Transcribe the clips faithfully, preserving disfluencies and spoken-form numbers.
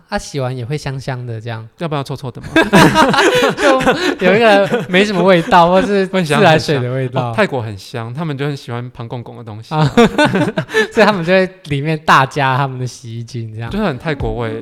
啊，洗完也会香香的这样， 要不要臭臭的吗？ 就有一个没什么味道，或是自来水的味道。 哦、泰国很香，他们就很喜欢庞公公的东西、啊， 所以他们就会里面大加他们的洗衣精，这样就是很泰国味。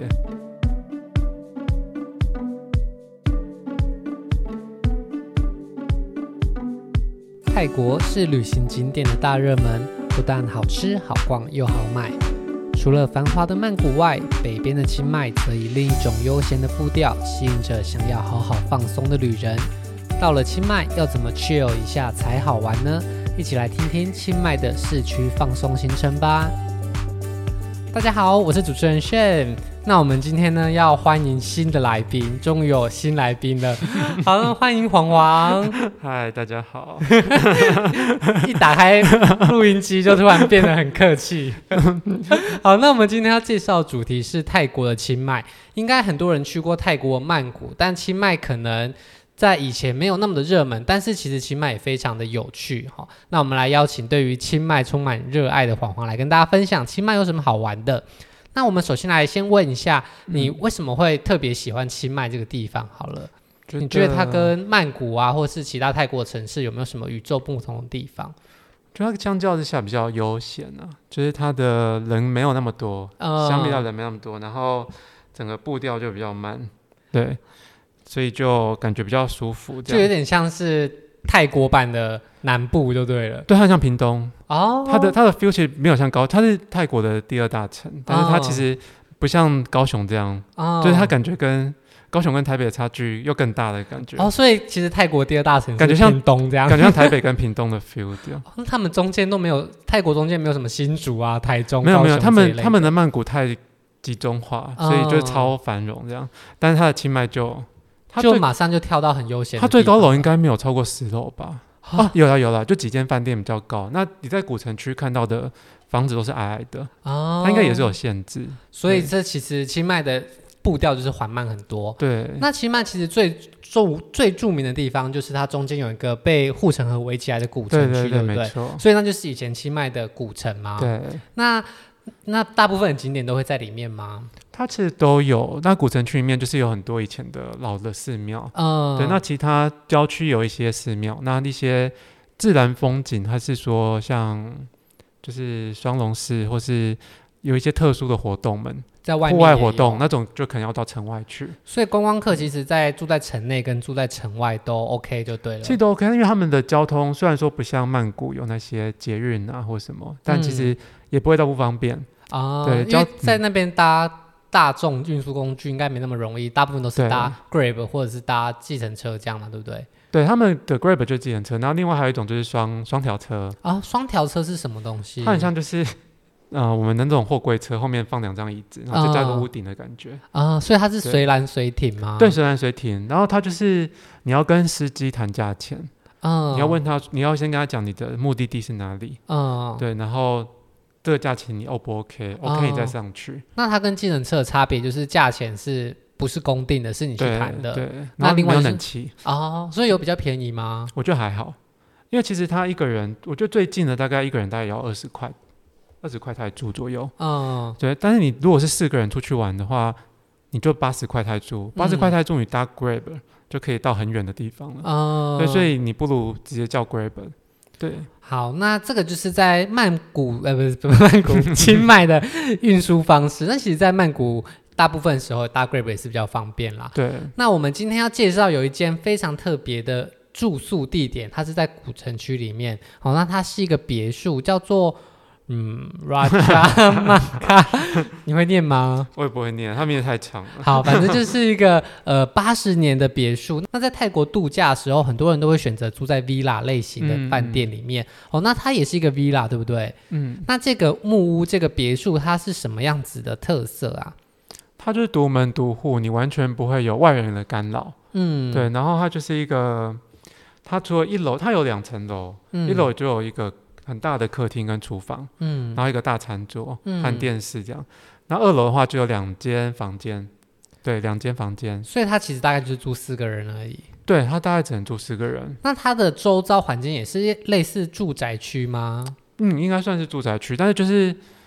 泰国是旅行景点的大热门，不但好吃好逛又好买。除了繁华的曼谷外，北边的清迈则以另一种悠闲的步调吸引着想要好好放松的旅人。到了清迈，要怎么 chill 一下才好玩呢？一起来听听清迈的市区放松行程吧。大家好，我是主持人 Shen。那我们今天呢要欢迎新的来宾，终于有新来宾了。好，那欢迎黄黄。 嗨，大家好。 一打开录音机就突然变得很客气。好，那我们今天要介绍的主题是泰国的清迈。应该很多人去过泰国曼谷，但清迈可能在以前没有那么的热门，但是其实清迈也非常的有趣。那我们来邀请对于清迈充满热爱的黄黄来跟大家分享清迈有什么好玩的。那我们首先来先问一下，你为什么会特别喜欢清迈这个地方？好了，嗯、你觉得它跟曼谷啊，或是其他泰国城市有没有什么与众不同的地方？ 就它相较之下比较悠闲啊，就是它的人没有那么多，呃、相比较人没那么多，然后整个步调就比较慢，对，所以就感觉比较舒服， 就有点像是泰国版的南部就对了。 对，它像屏东哦， 它的它的 feel 其实没有像高，它是泰国的第二大城，但是它其实不像高雄这样，哦、就是它感觉跟高雄跟台北的差距又更大的感觉。 哦，所以其实泰国第二大城感觉像屏东这样， 感觉像台北跟屏东的 feel 这样。 哦、他们中间都没有，泰国中间没有什么新竹啊、台中， 没有没有，他们的他们的曼谷太集中化，哦、所以就超繁荣这样，但是它的清迈就。 就马上就跳到很悠闲的地方。 它最高楼应该没有超过十楼吧？啊，有啦有啦，就几间饭店比较高。那你在古城区看到的房子都是矮矮的，哦、它应该也是有限制。 所以这其实清迈的步调就是缓慢很多。 对， 那清迈其实最著最著名的地方就是它中间有一个被护城河围起来的古城区， 对, 对, 对, 对不对？没错。所以那就是以前清迈的古城嘛。 对。 那那大部分的景点都会在里面吗？ 它其实都有，那古城区里面就是有很多以前的老的寺庙，嗯，对，那其他郊区有一些寺庙，那一些自然风景，还是说像就是双龙寺，或是有一些特殊的活动们， 在外面户外活动那种，就可能要到城外去。 所以观光客其实在住在城内跟住在城外都 OK 就对了。 其实都 OK， 因为他们的交通虽然说不像曼谷有那些捷运啊或什么，但其实也不会到不方便啊、嗯。对， 因为在那边搭。嗯大众运输工具应该没那么容易，大部分都是搭 Grab 或者是搭计程车这样嘛，对不对？ 对，他们的 Grab 就是计程车，然后另外还有一种就是双双条车啊。双条车是什么东西？ 它很像就是呃我们那种货柜车后面放两张椅子，然后就加个屋顶的感觉啊、呃。所以它是随拦随停吗？ 对，随拦随停。然后它就是你要跟司机谈价钱，嗯，你要问他，你要先跟他讲你的目的地是哪里，嗯，对，然后。这个价钱你 O 不 OK？OK、哦、你再上去。 那它跟计程车的差别就是价钱是不是公定的，是你去谈的。 对，对那另外、就是、 没有冷气哦，所以有比较便宜吗？ 我觉得还好，因为其实他一个人，我觉得最近的大概一个人大概也要二十块，二十块泰铢左右。嗯，对。但是你如果是四个人出去玩的话，你就八十块泰铢，八十块泰铢你搭 Grab、嗯、就可以到很远的地方了。嗯，对，所以你不如直接叫 Grab。对， 好，那这个就是在曼谷，呃，不是不是曼谷，清迈的运输方式。那其实，在曼谷大部分时候搭 Grab 也是比较方便啦。 对， 那我们今天要介绍有一间非常特别的住宿地点，它是在古城区里面。好，那它是一个别墅，叫做嗯 Raja Maka， 你会念吗？ 我也不会念，它名字太长了。 好，反正就是一个呃八十年的别墅。那在泰国度假的时候，很多人都会选择住在 villa 类型的饭店里面。嗯、哦，那它也是一个 villa， 对不对？嗯。那这个木屋这个别墅，它是什么样子的特色啊？ 它就是独门独户，你完全不会有外人的干扰。嗯，对。然后它就是一个，它除了一楼，它有两层楼，嗯、一楼就有一个很大的客厅跟厨房，嗯，然后一个大餐桌、嗯、和电视这样。然后二楼的话就有两间房间，对，两间房间。 所以它其实大概就是住四个人而已。 对，它大概只能住四个人。 那它的周遭环境也是类似住宅区吗？ 嗯，应该算是住宅区，但是就是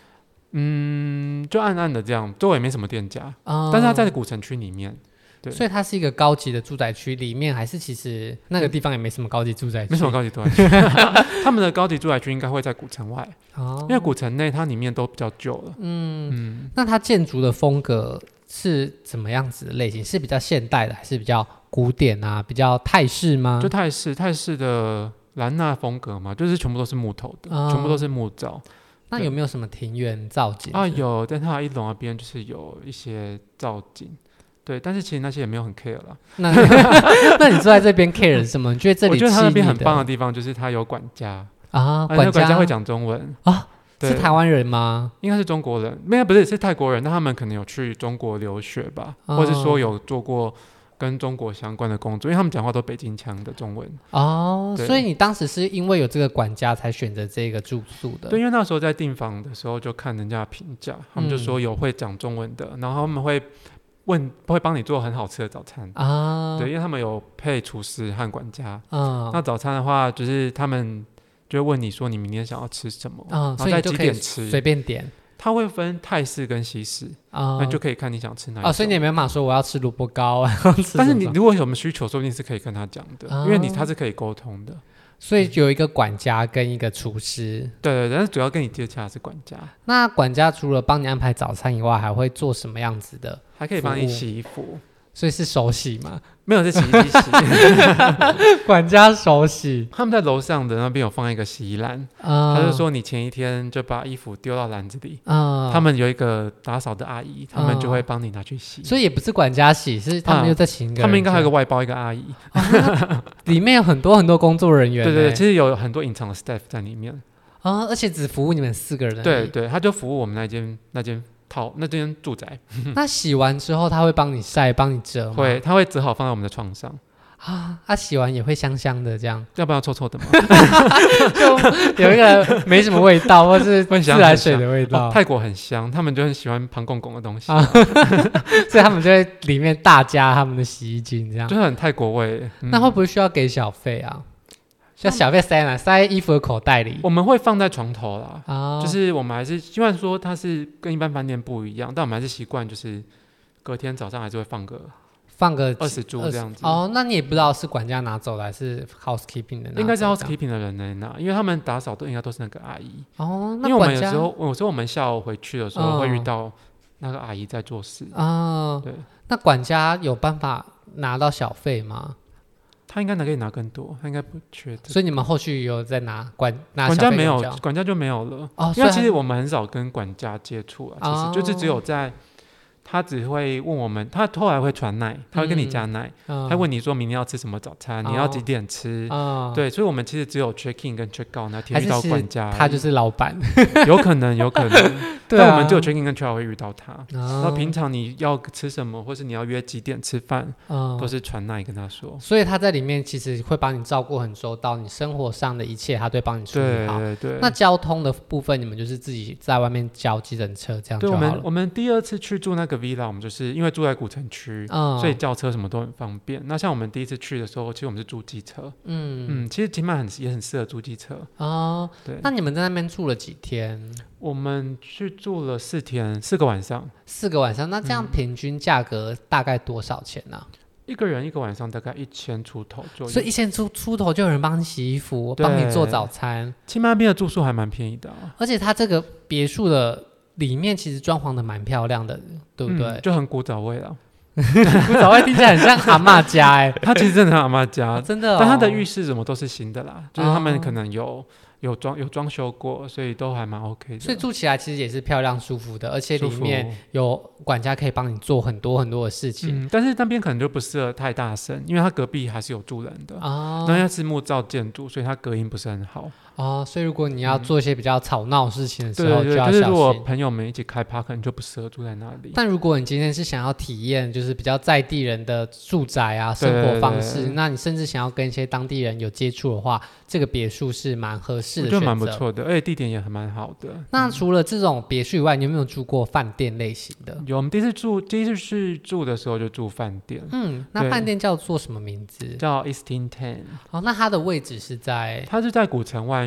嗯，就暗暗的这样，周围没什么店家，嗯、但是它在古城区里面。对， 所以它是一个高级的住宅区，里面还是其实那个地方也没什么高级住宅区， 没什么高级住宅区。他们的高级住宅区应该会在古城外，哦、因为古城内它里面都比较旧了。嗯嗯，那它建筑的风格是怎么样子的类型？是比较现代的，还是比较古典啊？比较泰式吗？ 就泰式，泰式的兰纳风格嘛，就是全部都是木头的，哦、全部都是木造。 那有没有什么庭院造景啊？有，但它一楼那边就是有一些造景。对，但是其实那些也没有很 care 啦。 那那你坐在这边 care 什么？你觉得这里？ 我觉得他那边很棒的地方就是他有管家啊， 管 家, 管家会讲中文啊，是台湾人吗？ 应该是中国人，没有，不是，是泰国人。那他们可能有去中国留学吧，哦、或者说有做过跟中国相关的工作，因为他们讲话都北京腔的中文。 哦，所以你当时是因为有这个管家才选择这个住宿的？ 对，因为那时候在订房的时候就看人家的评价，他们就说有会讲中文的，嗯、然后他们会。问会帮你做很好吃的早餐啊，对，因为他们有配厨师和管家。嗯，那早餐的话，就是他们就会问你说你明天想要吃什么，嗯，然后在几点吃， 随便点。 他会分泰式跟西式，啊、嗯，那就可以看你想吃哪一种。 哦，所以你也没办法说我要吃萝卜糕啊， 但是你如果有什么需求，说不定是可以跟他讲的，嗯、因为你他是可以沟通的。 所以有一个管家跟一个厨师， 对对，但是主要跟你接洽的是管家。 那管家除了帮你安排早餐以外，还会做什么样子的？ 还可以帮你洗衣服， 所以是手洗吗？ 没有，是洗衣机洗。 管家手洗。 他们在楼上的那边有放一个洗衣篮，嗯、他就说你前一天就把衣服丢到篮子里，嗯、他们有一个打扫的阿姨，他们就会帮你拿去洗。 所以也不是管家洗，是他们又在请一个人、 嗯。他们应该还有个外包一个阿姨， 哦、里面有很多很多工作人员。 对对，其实有很多隐藏的 staff 在里面。 啊、哦，而且只服务你们四个人。 对对，他就服务我们那间那间。套那间住宅， 那洗完之后他会帮你晒、帮你折吗？ 会，他会折好放在我们的床上啊。他洗完也会香香的，这样要不要臭臭的吗？ 就有一个没什么味道，或是自来水的味道。 哦、泰国很香，他们就很喜欢庞公公的东西， 啊、所以他们就会里面大加他们的洗衣精，这样就是很泰国味。 嗯、那会不会需要给小费啊？像小费塞哪？塞衣服的口袋里？ 我们会放在床头啦，哦、就是我们还是虽然说它是跟一般饭店不一样，但我们还是习惯，就是隔天早上还是会放个放个二十株这样子。 哦，那你也不知道是管家拿走的还是 housekeeping 的拿走？ 应该是 housekeeping 的人来拿，因为他们打扫都应该都是那个阿姨。 哦， 那因为我们有时候有时候我们下午回去的时候会遇到那个阿姨在做事。 哦， 对， 那管家有办法拿到小费吗？ 他应该可以拿更多，他应该不缺的。 所以你们后续有在拿管拿管小费？ 家没有，管家就没有了。哦，因为其实我们很少跟管家接触啊，哦、其实就是只有在他只会问我们，他后来会传奶，他会跟你加奶，嗯、他问你说明天要吃什么早餐，嗯、你要几点吃？哦、对，所以我们其实只有 check in 跟 check out 那天遇到管家， 他就是老板， 有可能，有可能。 对啊、 但我们只有 check in 跟 check out 会遇到他。哦、然后平常你要吃什么，或是你要约几点吃饭，哦、都是传奶跟他说。 所以他在里面其实会帮你照顾很周到，你生活上的一切他都会帮你处理好。 对对对。 那交通的部分，你们就是自己在外面叫计程车这样就好了。 对，我们我们第二次去住那个 villa， 我们就是因为住在古城区，嗯、所以叫车什么都很方便。那像我们第一次去的时候，其实我们是住机车，嗯嗯，其实金曼很也很适合住机车。 哦，对。那你们在那边住了几天？ 我们去住了四天，四个晚上。 四个晚上，那这样平均价格大概多少钱呢、啊嗯？ 一个人一个晚上大概一千出头就有。 所以一千出出头就有人帮你洗衣服，帮你做早餐。 金曼那边的住宿还蛮便宜的、啊， 而且它这个别墅的里面其实装潢的蛮漂亮的，对不对？ 嗯、就很古早味了。 古早味听起来很像阿嬷家哎、欸， 它其实真的很阿嬷家， 哦、真的、哦。 但它的浴室什么都是新的啦，就是他们可能有。哦有装有装修过，所以都还蛮 OK 的。 所以住起来其实也是漂亮舒服的，而且里面有管家可以帮你做很多很多的事情。 嗯、但是那边可能就不适合太大声，因为它隔壁还是有住人的。哦，那它是木造建筑，所以它隔音不是很好。 哦，所以如果你要做一些比较吵闹事情的时候， 嗯、 就要小心。 就是如果朋友们一起开趴，可能就不适合住在那里。 但如果你今天是想要体验，就是比较在地人的住宅啊生活方式，对对对，那你甚至想要跟一些当地人有接触的话，这个别墅是蛮合适的选择， 我觉得蛮不错的，而且地点也还蛮好的。 那除了这种别墅以外，你有没有住过饭店类型的？ 有，我们第一次住，第一次去住的时候就住饭店。 嗯，那饭店叫做什么名字？ 叫 Eastin Ten。 哦，那它的位置是在？ 它是在古城外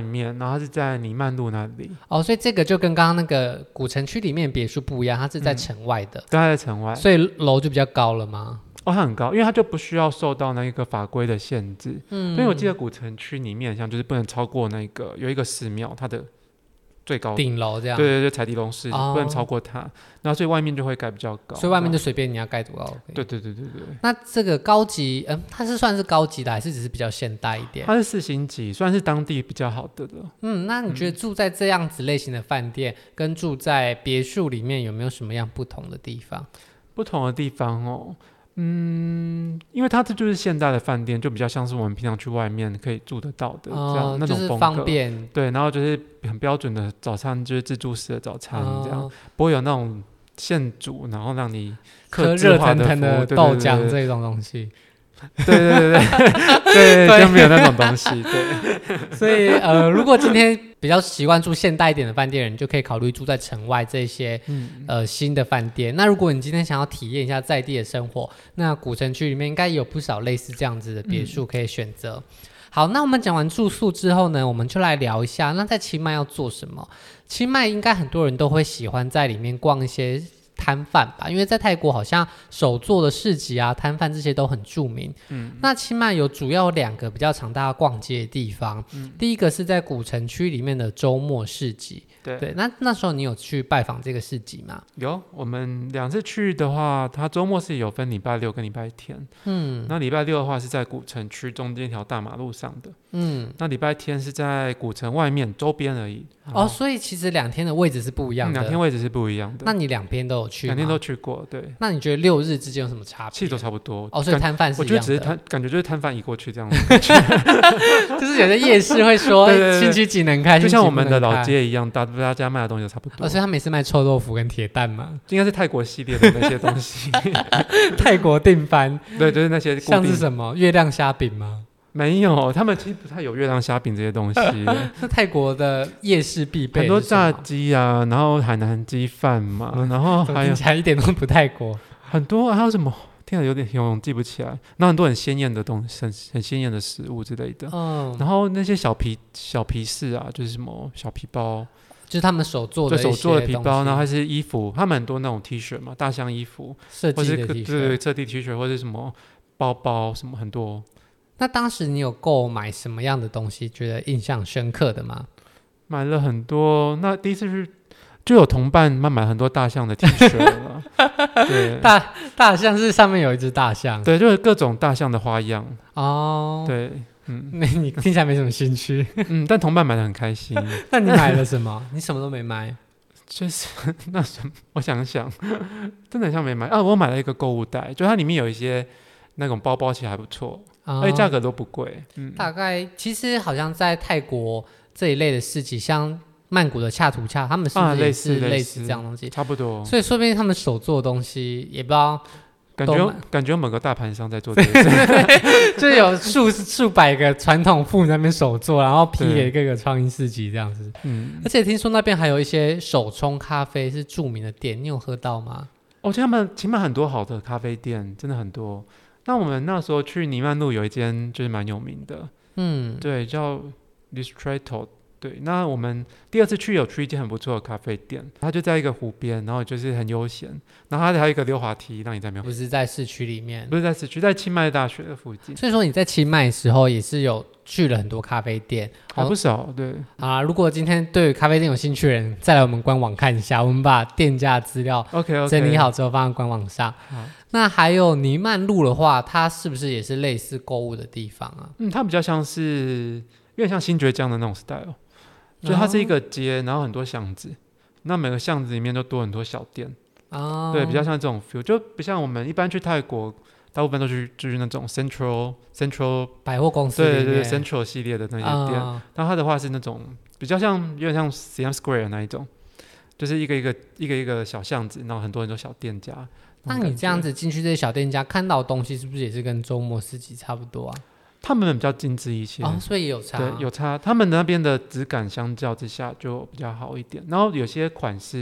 面，然后它是在尼曼路那里。 哦，所以这个就跟刚刚那个古城区里面别墅不一样，它是在城外的。嗯、 对，它在城外， 所以楼就比较高了吗？ 哦，它很高，因为它就不需要受到那个法规的限制。嗯，因为我记得古城区里面像就是不能超过那个有一个寺庙，它的最高顶楼这样。 对对对，彩地龙是、哦、不能超过它，然后所以外面就会盖比较高， 所以外面就随便你要盖多高。 对对对对对。 那这个高级，嗯，它是算是高级的，还是只是比较现代一点？ 它是四星级，算是当地比较好的了。 嗯，那你觉得住在这样子类型的饭店，嗯、跟住在别墅里面有没有什么样不同的地方？ 不同的地方哦。嗯，因为它这就是现代的饭店，就比较像是我们平常去外面可以住得到的、哦、这样那种风格，就是方便。 对，然后就是很标准的早餐，就是自助式的早餐这样，哦、不会有那种现煮，然后让你喝热腾腾的豆浆这种东西。 对对对对对，对就没有那种东西。对， 所以呃，如果今天比较习惯住现代一点的饭店人，就可以考虑住在城外这些、嗯、呃新的饭店。那如果你今天想要体验一下在地的生活，那古城区里面应该也有不少类似这样子的别墅可以选择。嗯、好，那我们讲完住宿之后呢，我们就来聊一下，那在清迈要做什么？清迈应该很多人都会喜欢在里面逛一些摊贩吧，因为在泰国好像手做的市集啊、摊贩这些都很著名。嗯，那清迈有主要两个比较常大家逛街的地方，嗯、第一个是在古城区里面的周末市集。 对, 对，那那时候你有去拜访这个市集吗？ 有，我们两次去的话，它周末是有分礼拜六跟礼拜天。嗯，那礼拜六的话是在古城区中间一条大马路上的。嗯，那礼拜天是在古城外面周边而已。 哦，所以其实两天的位置是不一样的。 嗯、两天位置是不一样的。 那你两边都有去吗？ 两天都去过，对。 那你觉得六日之间有什么差别？ 其实都差不多。 哦，所以摊贩是一样的。 我觉得只是摊，感觉就是摊贩移过去这样子。 就是有些夜市会说对对对，星期几能开， 就像我们的老街一样，大大家卖的东西都差不多。 而且他每次卖臭豆腐跟铁蛋嘛， 应该是泰国系列的那些东西。 泰国定番， 对，就是那些固定。 像是什么月亮虾饼吗？ 没有，他们其实不太有月亮虾饼这些东西。 是泰国的夜市必备， 很多炸鸡啊，然后海南鸡饭嘛，嗯、然后还有听起来一点都不泰国。 很多还有什么？天啊，有点有点记不起来。那很多很鲜艳的东西，很很鲜艳的食物之类的。嗯，然后那些小皮小皮饰啊，就是什么小皮包。 就是他们手做的手做的皮包，然后还是衣服，他们很多那种 T 恤嘛，大象衣服， 设计的 T 恤， 对，设计 T 恤或者什么包包什么很多。 那当时你有购买什么样的东西，觉得印象深刻的吗？ 买了很多，那第一次是就有同伴买买很多大象的 T 恤了。对， 大大象是上面有一只大象， 对，就是各种大象的花样哦。 对。嗯， 那你听起来没什么兴趣。 嗯，但同伴买的很开心。 那你买了什么？你什么都没买？ 就是那什么，我想想，真的很像没买啊。我买了一个购物袋，就它里面有一些那种包包，其实还不错，哦、而且价格都不贵。嗯， 大概其实好像在泰国这一类的市集，像曼谷的恰图恰，他们是不是也是类似这样的东西？ 啊、差不多。 所以说不定他们手做的东西，也不知道。 感觉感觉某个大盘商在做这件事， 就有数数百个传统妇女在那边手做，然后批给各个创意市集这样子。嗯，而且听说那边还有一些手冲咖啡是著名的店，你有喝到吗？ 我觉得他们起码很多好的咖啡店，真的很多。那我们那时候去尼曼路有一间就是蛮有名的，嗯，对，叫 Distretto。对，那我们第二次去有去一间很不错的咖啡店，它就在一个湖边，然后就是很悠闲，然后它还有一个溜滑梯让你在那边。 不是在市区里面， 不是在市区，在清迈大学的附近。 所以说你在清迈的时候也是有去了很多咖啡店， 还不少。对啊，如果今天对咖啡店有兴趣的人，再来我们官网看一下，我们把店家资料 OK OK 整理好之后放在官网上。那还有尼曼路的话，它是不是也是类似购物的地方啊？ 嗯，它比较像是有点像新崛江的那种 style。所以它是一个街，然后很多巷子，那每个巷子里面都多很多小店，哦，对，比较像这种 feel， 就不像我们一般去泰国，大部分都是就是那种 Central Central 百货公司里面， 对对 Central 系列的那些店，哦，那它的话是那种比较像有点像 Siam Square 那一种，就是一个一个一个一个小巷子，然后很多很多小店家。 那你这样子进去这些小店家看到的东西，是不是也是跟周末市集差不多啊？ 他们比较精致一些， 哦，所以有差， 对，有差。他们那边的质感相较之下就比较好一点，然后有些款式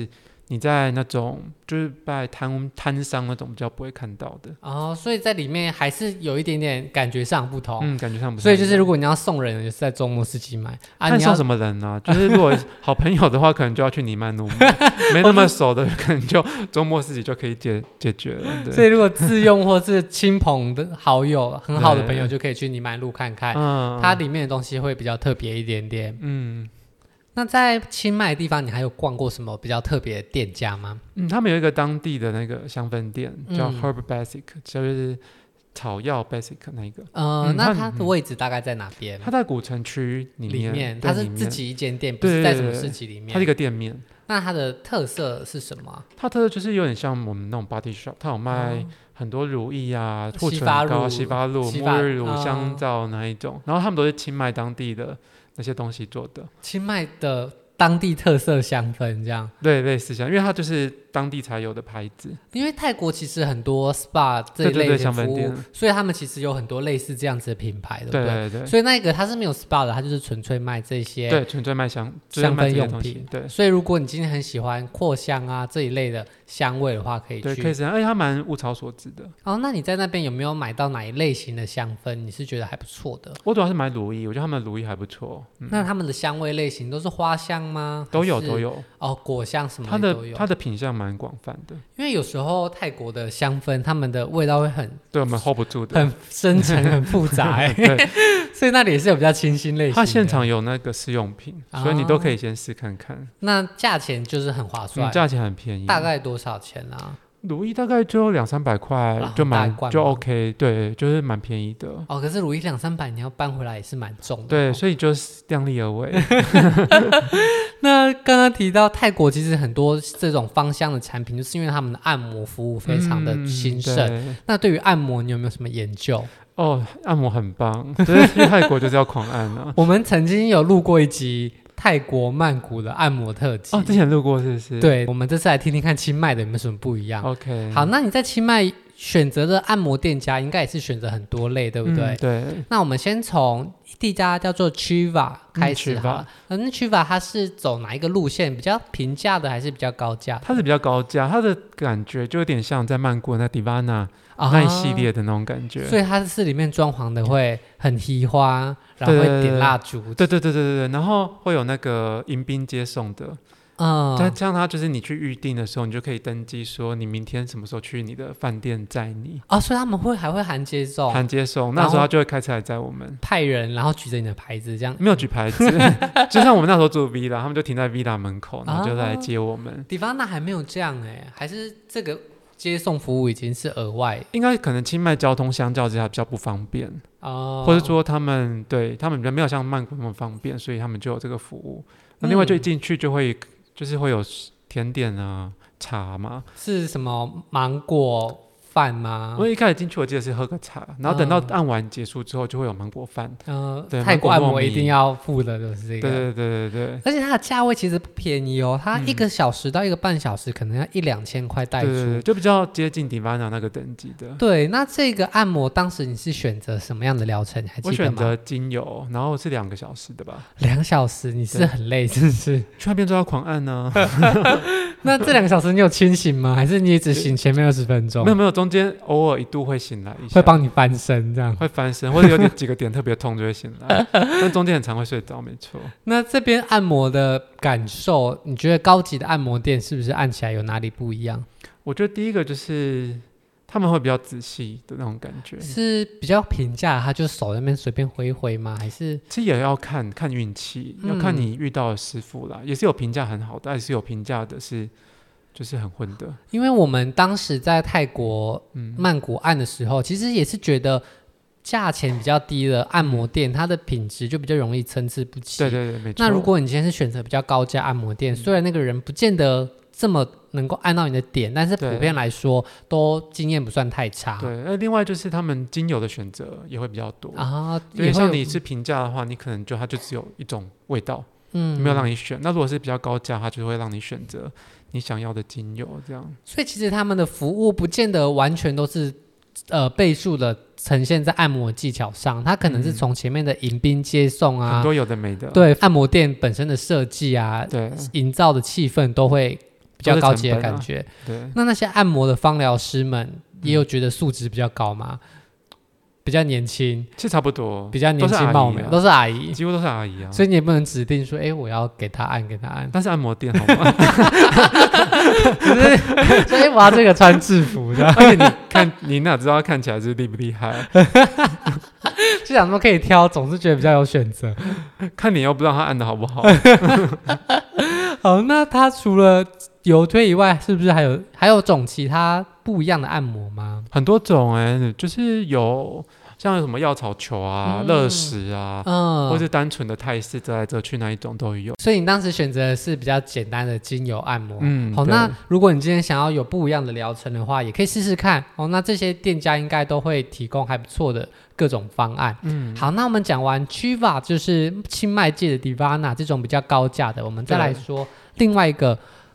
你在那种就是在摊摊商那种比较不会看到的哦，所以在里面还是有一点点感觉上不同， 嗯，感觉上不同。 所以就是如果你要送人，就是在周末市集买啊。 看送什么人啊？就是如果好朋友的话，可能就要去尼曼路买；没那么熟的，可能就周末市集就可以解解决了。 所以如果自用或是亲朋的好友、很好的朋友，就可以去尼曼路看看，嗯，它里面的东西会比较特别一点点。嗯。那在清迈的地方，你还有逛过什么比较特别的店家吗？ 嗯，他们有一个当地的那个香氛店，叫 Herb Basic，、嗯、就是草药 Basic 那一个。 呃，嗯、那它的位置大概在哪边？ 它在古城区里面， 里面它是自己一间店，不是在什么市集里面。 它是一个店面。 那它的特色是什么？ 它特色就是有点像我们那种 body shop， 它有卖很多乳液啊、护唇膏、洗发露、沐浴乳、香皂那一种，然后他们都是清迈当地的那些东西做的。 清迈的当地特色香氛，这样对，类似像，因为它就是当地才有的牌子。 因为泰国其实很多 S P A 这一类的服务，对对对，所以他们其实有很多类似这样子的品牌，对不对？对对对。所以那个它是没有 S P A 的，它就是纯粹卖这些， 对，纯粹卖香香氛用品。 对。 所以如果你今天很喜欢扩香啊这一类的香味的话，可以去。 对，可以这样，而且它蛮物超所值的。 哦，那你在那边有没有买到哪一类型的香氛？你是觉得还不错的？ 我主要是买乳液，我觉得他们的乳液还不错。 嗯、那他们的香味类型都是花香吗？ 都有都有。 哦，果香什么的都有。 它的它的品项蛮广泛的。 因为有时候泰国的香氛，他们的味道会很， 对我们 hold 不住的， 很深沉、很复杂、欸，对，所以那里也是有比较清新类型的。 它现场有那个试用品，哦、所以你都可以先试看看。 那价钱就是很划算， 嗯、价钱很便宜， 大概多少钱啊？ 乳液大概就两三百块，就蛮就 OK， 对，就是蛮便宜的。 哦，可是乳液两三百，你要搬回来也是蛮重的、哦。 对，所以就是量力而为。 那刚刚提到泰国其实很多这种芳香的产品，就是因为他们的按摩服务非常的兴盛。嗯、那对于按摩，你有没有什么研究？ 哦，按摩很棒，就是去泰国就是要狂按啊。 我们曾经有录过一集泰国曼谷的按摩特辑。 哦，之前录过是不是？ 对，我们这次来听听看清迈的有没有什么不一样。 OK， 好，那你在清迈选择的按摩店家应该也是选择很多类，对不对？ 嗯、对。 那我们先从第一家叫做 Chiva 开始好了。嗯、那 Chiva 它是走哪一个路线？比较平价的还是比较高价的？ 它是比较高价，它的感觉就有点像在曼谷那 Divana、啊、那一系列的那种感觉。 所以它是里面装潢的会很稀花，然后会点蜡烛。 对对对对对对，然后会有那个迎宾接送的。嗯，但像它就是你去预定的时候，你就可以登记说你明天什么时候去你的饭店载你。 哦，所以他们会还会含接送， 含接送，那时候他就会开车来载我们， 派人然后举着你的牌子这样。 没有举牌子，就像我们那时候住 Villa， 他们就停在 Villa 门口，然后就来接我们。 Divana 还没有这样哎、欸，还是这个接送服务已经是额外， 应该可能清迈交通相较之下比较不方便哦，或者说他们对他们没有像曼谷那么方便，所以他们就有这个服务。那另外就一进去就会。就是会有甜点啊、茶嘛， 是什么芒果饭吗？ 我一开始进去我记得是喝个茶，然后等到按完结束之后就会有芒果饭。 嗯、呃，泰国按摩一定要付的就是这个。 对对对对对。 而且它的价位其实不便宜哦，它一个小时到一个半小时可能要一两千块带出， 对对对，就比较接近 Divana 那个等级的。 对，那这个按摩当时你是选择什么样的疗程？你还记得吗？ 我选择精油，然后是两个小时的吧。 两小时，你是很累是不是？ 去那边都要狂按呢、啊。 那这两个小时你有清醒吗？还是你只醒前面二十分钟？ 没有没有，中间偶尔一度会醒来一下， 会帮你翻身这样， 会翻身，或者有点几个点特别痛就会醒来，但中间很常会睡着，没错。 那这边按摩的感受，你觉得高级的按摩店是不是按起来有哪里不一样？ 我觉得第一个就是他们会比较仔细的那种感觉， 是比较平价，他就手在那边随便挥挥吗？还是其实也要看看运气，要看你遇到的师傅啦，嗯、也是有评价很好的，也是有评价的是就是很混的。 因为我们当时在泰国、嗯、曼谷按的时候，其实也是觉得价钱比较低的按摩店，它的品质就比较容易参差不齐。 对对对，没错。 那如果你今天是选择比较高价按摩店，嗯、虽然那个人不见得这么能够按到你的点，但是普遍来说都经验不算太差。 对，那另外就是他们精油的选择也会比较多啊。因为像你是平价的话，你可能就它就只有一种味道，嗯，没有让你选。那如果是比较高价，它就会让你选择你想要的精油，这样。 所以其实他们的服务不见得完全都是呃倍数的呈现在按摩技巧上，它可能是从前面的迎宾接送啊， 很多有的没的， 对，按摩店本身的设计啊，对，营造的气氛都会比较高级的感觉、 啊、对， 那那些按摩的芳疗师们也有觉得素质比较高吗？嗯，比较年轻， 其实差不多， 比较年轻貌美，都是阿姨、啊， 几乎都是阿姨啊。 所以你也不能指定说，哎、欸，我要给他按，给他按。 但是按摩店好吗？ 可是，所以我要这个穿制服的， 而且你看，你哪知道他看起来是厉不厉害？ 就想说可以挑，总是觉得比较有选择。 看你又不知道他按的好不好。 好，那他除了油推以外，是不是还有还有种其他不一样的按摩吗？ 很多种哎、欸，就是有像有什么药草球啊、热、嗯、石啊，嗯，或是单纯的泰式折来折去那一种都有。 所以你当时选择的是比较简单的精油按摩。 嗯， 好，那如果你今天想要有不一样的疗程的话，也可以试试看哦。那这些店家应该都会提供还不错的各种方案。嗯，好，那我们讲完 Chiva 就是清迈界的 Divana 这种比较高价的，我们再来说另外一个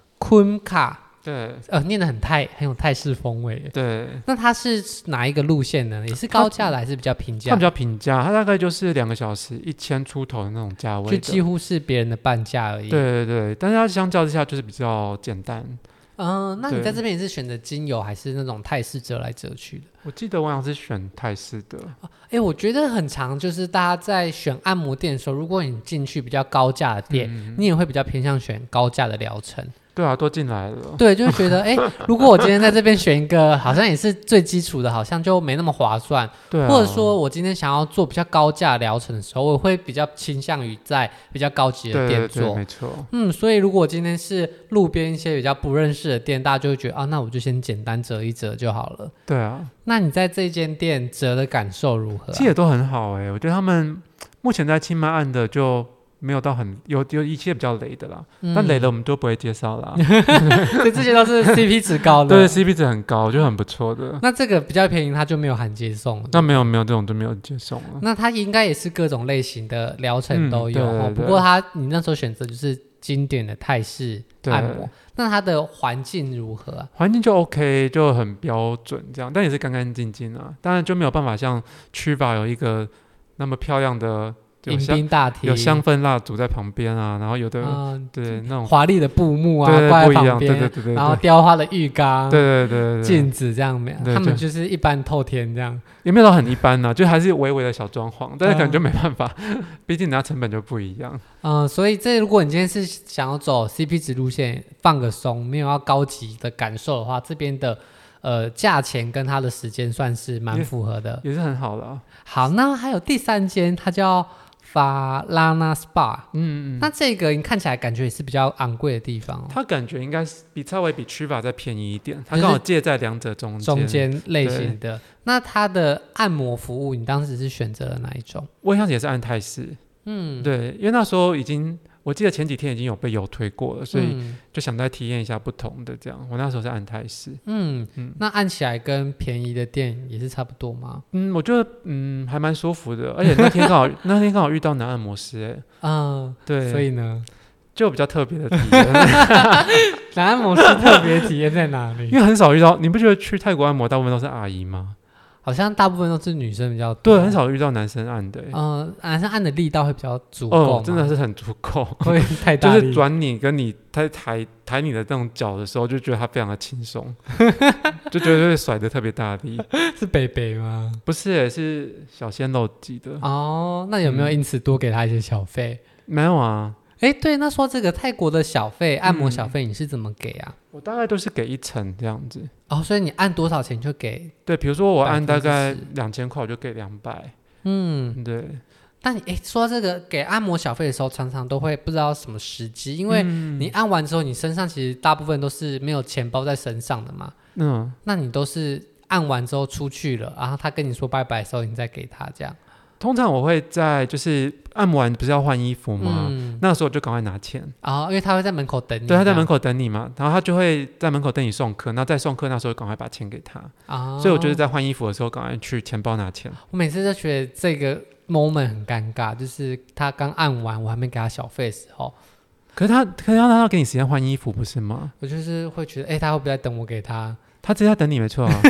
Kunka。 对， 呃，念得很泰，很有泰式风味。 对， 那它是哪一个路线呢？也是高价的还是比较平价？ 它比较平价，它大概就是两个小时一千出头的那种价位， 就几乎是别人的半价而已。 对对对，但是它相较之下就是比较简单。 嗯、呃，那你在这边也是选择精油还是那种泰式折来折去的？ 我记得我好像是选泰式的。 哎、欸，我觉得很常，就是大家在选按摩店的时候，如果你进去比较高价的店、嗯，你也会比较偏向选高价的疗程。 对啊，都进来了。 对，就会觉得，哎、欸，如果我今天在这边选一个，好像也是最基础的，好像就没那么划算。 对、啊， 或者说我今天想要做比较高价疗程的时候，我会比较倾向于在比较高级的店做。 对对对，没错。 嗯，所以如果我今天是路边一些比较不认识的店，大家就会觉得啊，那我就先简单折一折就好了。 对啊。 那你在这间店折的感受如何、啊？ 其实也都很好哎、欸，我觉得他们目前在清迈按的就。没有到很有有一些比较雷的啦、嗯，但雷的我们都不会介绍啦。 所以这些都是 C P 值高的， 对 ，C P 值很高，就很不错的。 那这个比较便宜，它就没有含接送了。 那没有没有这种都没有接送了。 那它应该也是各种类型的疗程都有、嗯、 对对对， 不过它你那时候选择就是经典的泰式按摩。那它的环境如何啊？ 环境就 OK， 就很标准这样，但也是干干净净啊。当然就没有办法像Chiva有一个那么漂亮的。 迎宾大厅有香氛蜡烛在旁边啊，然后有的、嗯、对那种华丽的布幕啊挂在旁边， 对对对对， 然后雕花的浴缸， 对对对对， 镜子这样，他们就是一般透天这样， 也没有到很一般呢、啊，就还是微微的小装潢，但是可能就没办法，嗯、毕竟人家成本就不一样。 嗯，所以这如果你今天是想要走 C P 值路线，放个松，没有要高级的感受的话，这边的。呃，价钱跟它的时间算是蛮符合的， 也，也是很好的。 好，那还有第三间，它叫法拉纳 S P A， 嗯嗯， 那这个你看起来感觉也是比较昂贵的地方、哦， 它感觉应该是比稍微比 Chiva 再便宜一点，它刚好介在两者中间， 中间类型的。那它的按摩服务，你当时是选择了哪一种？ 我一开始也是按泰式，嗯，对，因为那时候已经。我记得前几天已经有被油推过了，所以就想再体验一下不同的这样。我那时候是按泰式， 嗯嗯，那按起来跟便宜的店也是差不多吗？ 嗯，我觉得嗯还蛮舒服的，而且那天刚好那天刚好遇到男按摩师哎、欸， 嗯，对，所以呢就比较特别的体验。 男按摩师特别体验在哪里？ 因为很少遇到，你不觉得去泰国按摩大部分都是阿姨吗？ 好像大部分都是女生比较多， 对，很少遇到男生按的、欸。 嗯、呃，男生按的力道会比较足够、 哦，真的是很足够， 会太大力， 就是转你跟你抬抬抬你的这种脚的时候，就觉得他非常的轻松，就觉得会甩得特别大力。 是北北吗？ 不是、欸，是小鲜肉级的。 哦，那有没有因此多给他一些小费、 嗯？没有啊。 哎，对，那说这个泰国的小费，按摩小费，你是怎么给啊？ 嗯、我大概都是给一成这样子。 哦，所以你按多少钱就给？ 对，比如说我按大概两千块，我就给两百。嗯，对。 但你哎，说这个给按摩小费的时候，常常都会不知道什么时机，因为你按完之后，你身上其实大部分都是没有钱包在身上的嘛。嗯，那你都是按完之后出去了，然后他跟你说拜拜的时候，你再给他这样。 通常我会在就是按摩完不是要换衣服吗？嗯、那个时候我就赶快拿钱啊、哦，因为他会在门口等你。 对，他在门口等你嘛，然后他就会在门口等你送客，那再送客那时候赶快把钱给他、哦、所以我就是在换衣服的时候赶快去钱包拿钱。 我每次都觉得这个 moment 很尴尬，就是他刚按完我还没给他小费的时候， 可是他可是他要给你时间换衣服不是吗？ 我就是会觉得哎、欸，他会不会在等我给他？ 他直接在等你没错啊。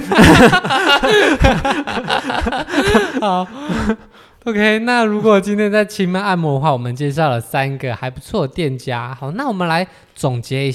好OK， 那如果今天在清迈按摩的话，我们介绍了三个还不错的店家。好，那我们来总结一下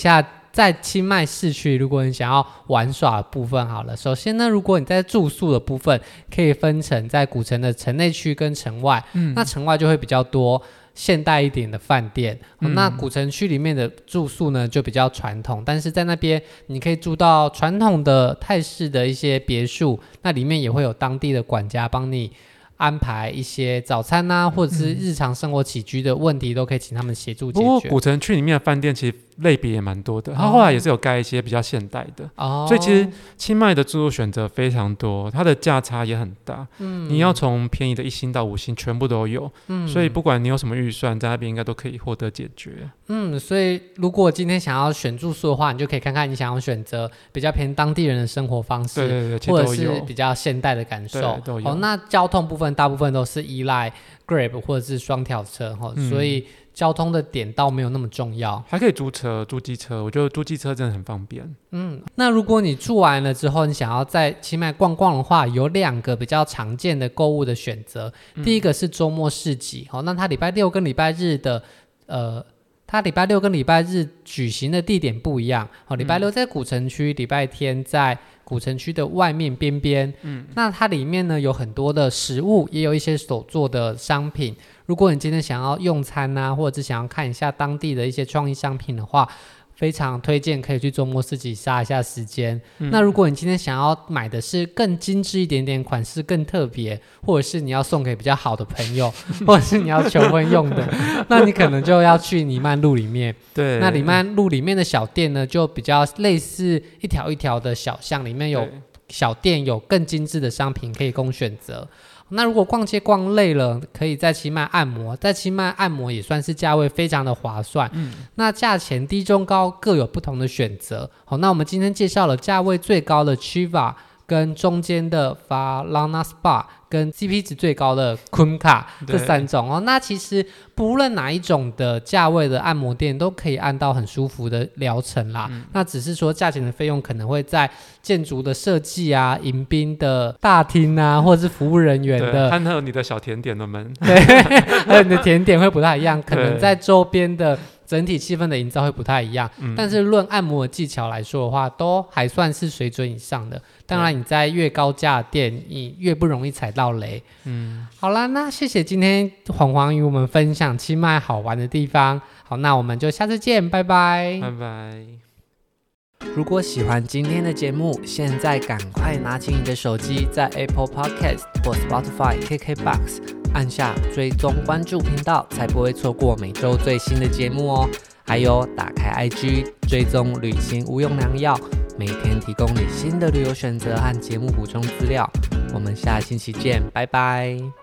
在清迈市区，如果你想要玩耍的部分好了，首先呢，如果你在住宿的部分，可以分成在古城的城内区跟城外，嗯，那城外就会比较多现代一点的饭店、嗯哦、那古城区里面的住宿呢就比较传统，但是在那边你可以住到传统的泰式的一些别墅，那里面也会有当地的管家帮你安排一些早餐啊，或者是日常生活起居的问题、嗯、都可以请他们协助解决。 不过古城区里面的饭店其实类别也蛮多的，它后来也是有盖一些比较现代的、哦、所以其实清迈的住宿选择非常多，它的价差也很大、嗯、你要从便宜的一星到五星全部都有、嗯、所以不管你有什么预算，在那边应该都可以获得解决。 嗯，所以如果今天想要选住宿的话，你就可以看看你想要选择比较偏当地人的生活方式， 对对对， 或者是比较现代的感受。 都有、哦、 那交通部分大部分都是依赖 Grab 或者是双条车、嗯、所以交通的点倒没有那么重要， 还可以租车租机车，我觉得租机车真的很方便。 嗯，那如果你住完了之后你想要在清迈逛逛的话，有两个比较常见的购物的选择、嗯、第一个是周末市集、哦、那它礼拜六跟礼拜日的呃它礼拜六跟礼拜日举行的地点不一样、哦、礼拜六在古城区，礼拜天在古城区的外面边边、嗯、那它里面呢有很多的食物，也有一些手做的商品，如果你今天想要用餐啊，或者是想要看一下当地的一些创意商品的话，非常推荐可以去周末市集杀一下时间、嗯、那如果你今天想要买的是更精致一点点，款式更特别，或者是你要送给比较好的朋友或者是你要求婚用的那你可能就要去黎曼路里面。 对， 那黎曼路里面的小店呢就比较类似一条一条的小巷，里面有小店，有更精致的商品可以供选择。那如果逛街逛累了，可以在清迈按摩，在清迈按摩也算是价位非常的划算、嗯、那价钱低中高各有不同的选择。好，那我们今天介绍了价位最高的 Chiva， 跟中间的 Farlana Spa， 跟 C P 值最高的 Kunka 这三种哦。那其实不论哪一种的价位的按摩店都可以按到很舒服的疗程啦、嗯、那只是说价钱的费用可能会在建筑的设计啊、迎宾的大厅啊，或者是服务人员的， 还有你的小甜点的门， 对，还有你的甜点会不太一样，可能在周边的整体气氛的营造会不太一样、嗯、但是论按摩的技巧来说的话，都还算是水准以上的。当然你在越高价的店你越不容易踩到雷。嗯，好啦，那谢谢今天黄黄与我们分享清迈好玩的地方。好，那我们就下次见，拜拜拜拜。 如果喜欢今天的节目，现在赶快拿起你的手机，在 Apple Podcast 或 Spotify、K K B O X 按下追踪关注频道，才不会错过每周最新的节目哦。还有打开 I G 追踪旅行无用良药，每天提供你新的旅游选择和节目补充资料。我们下星期见，拜拜。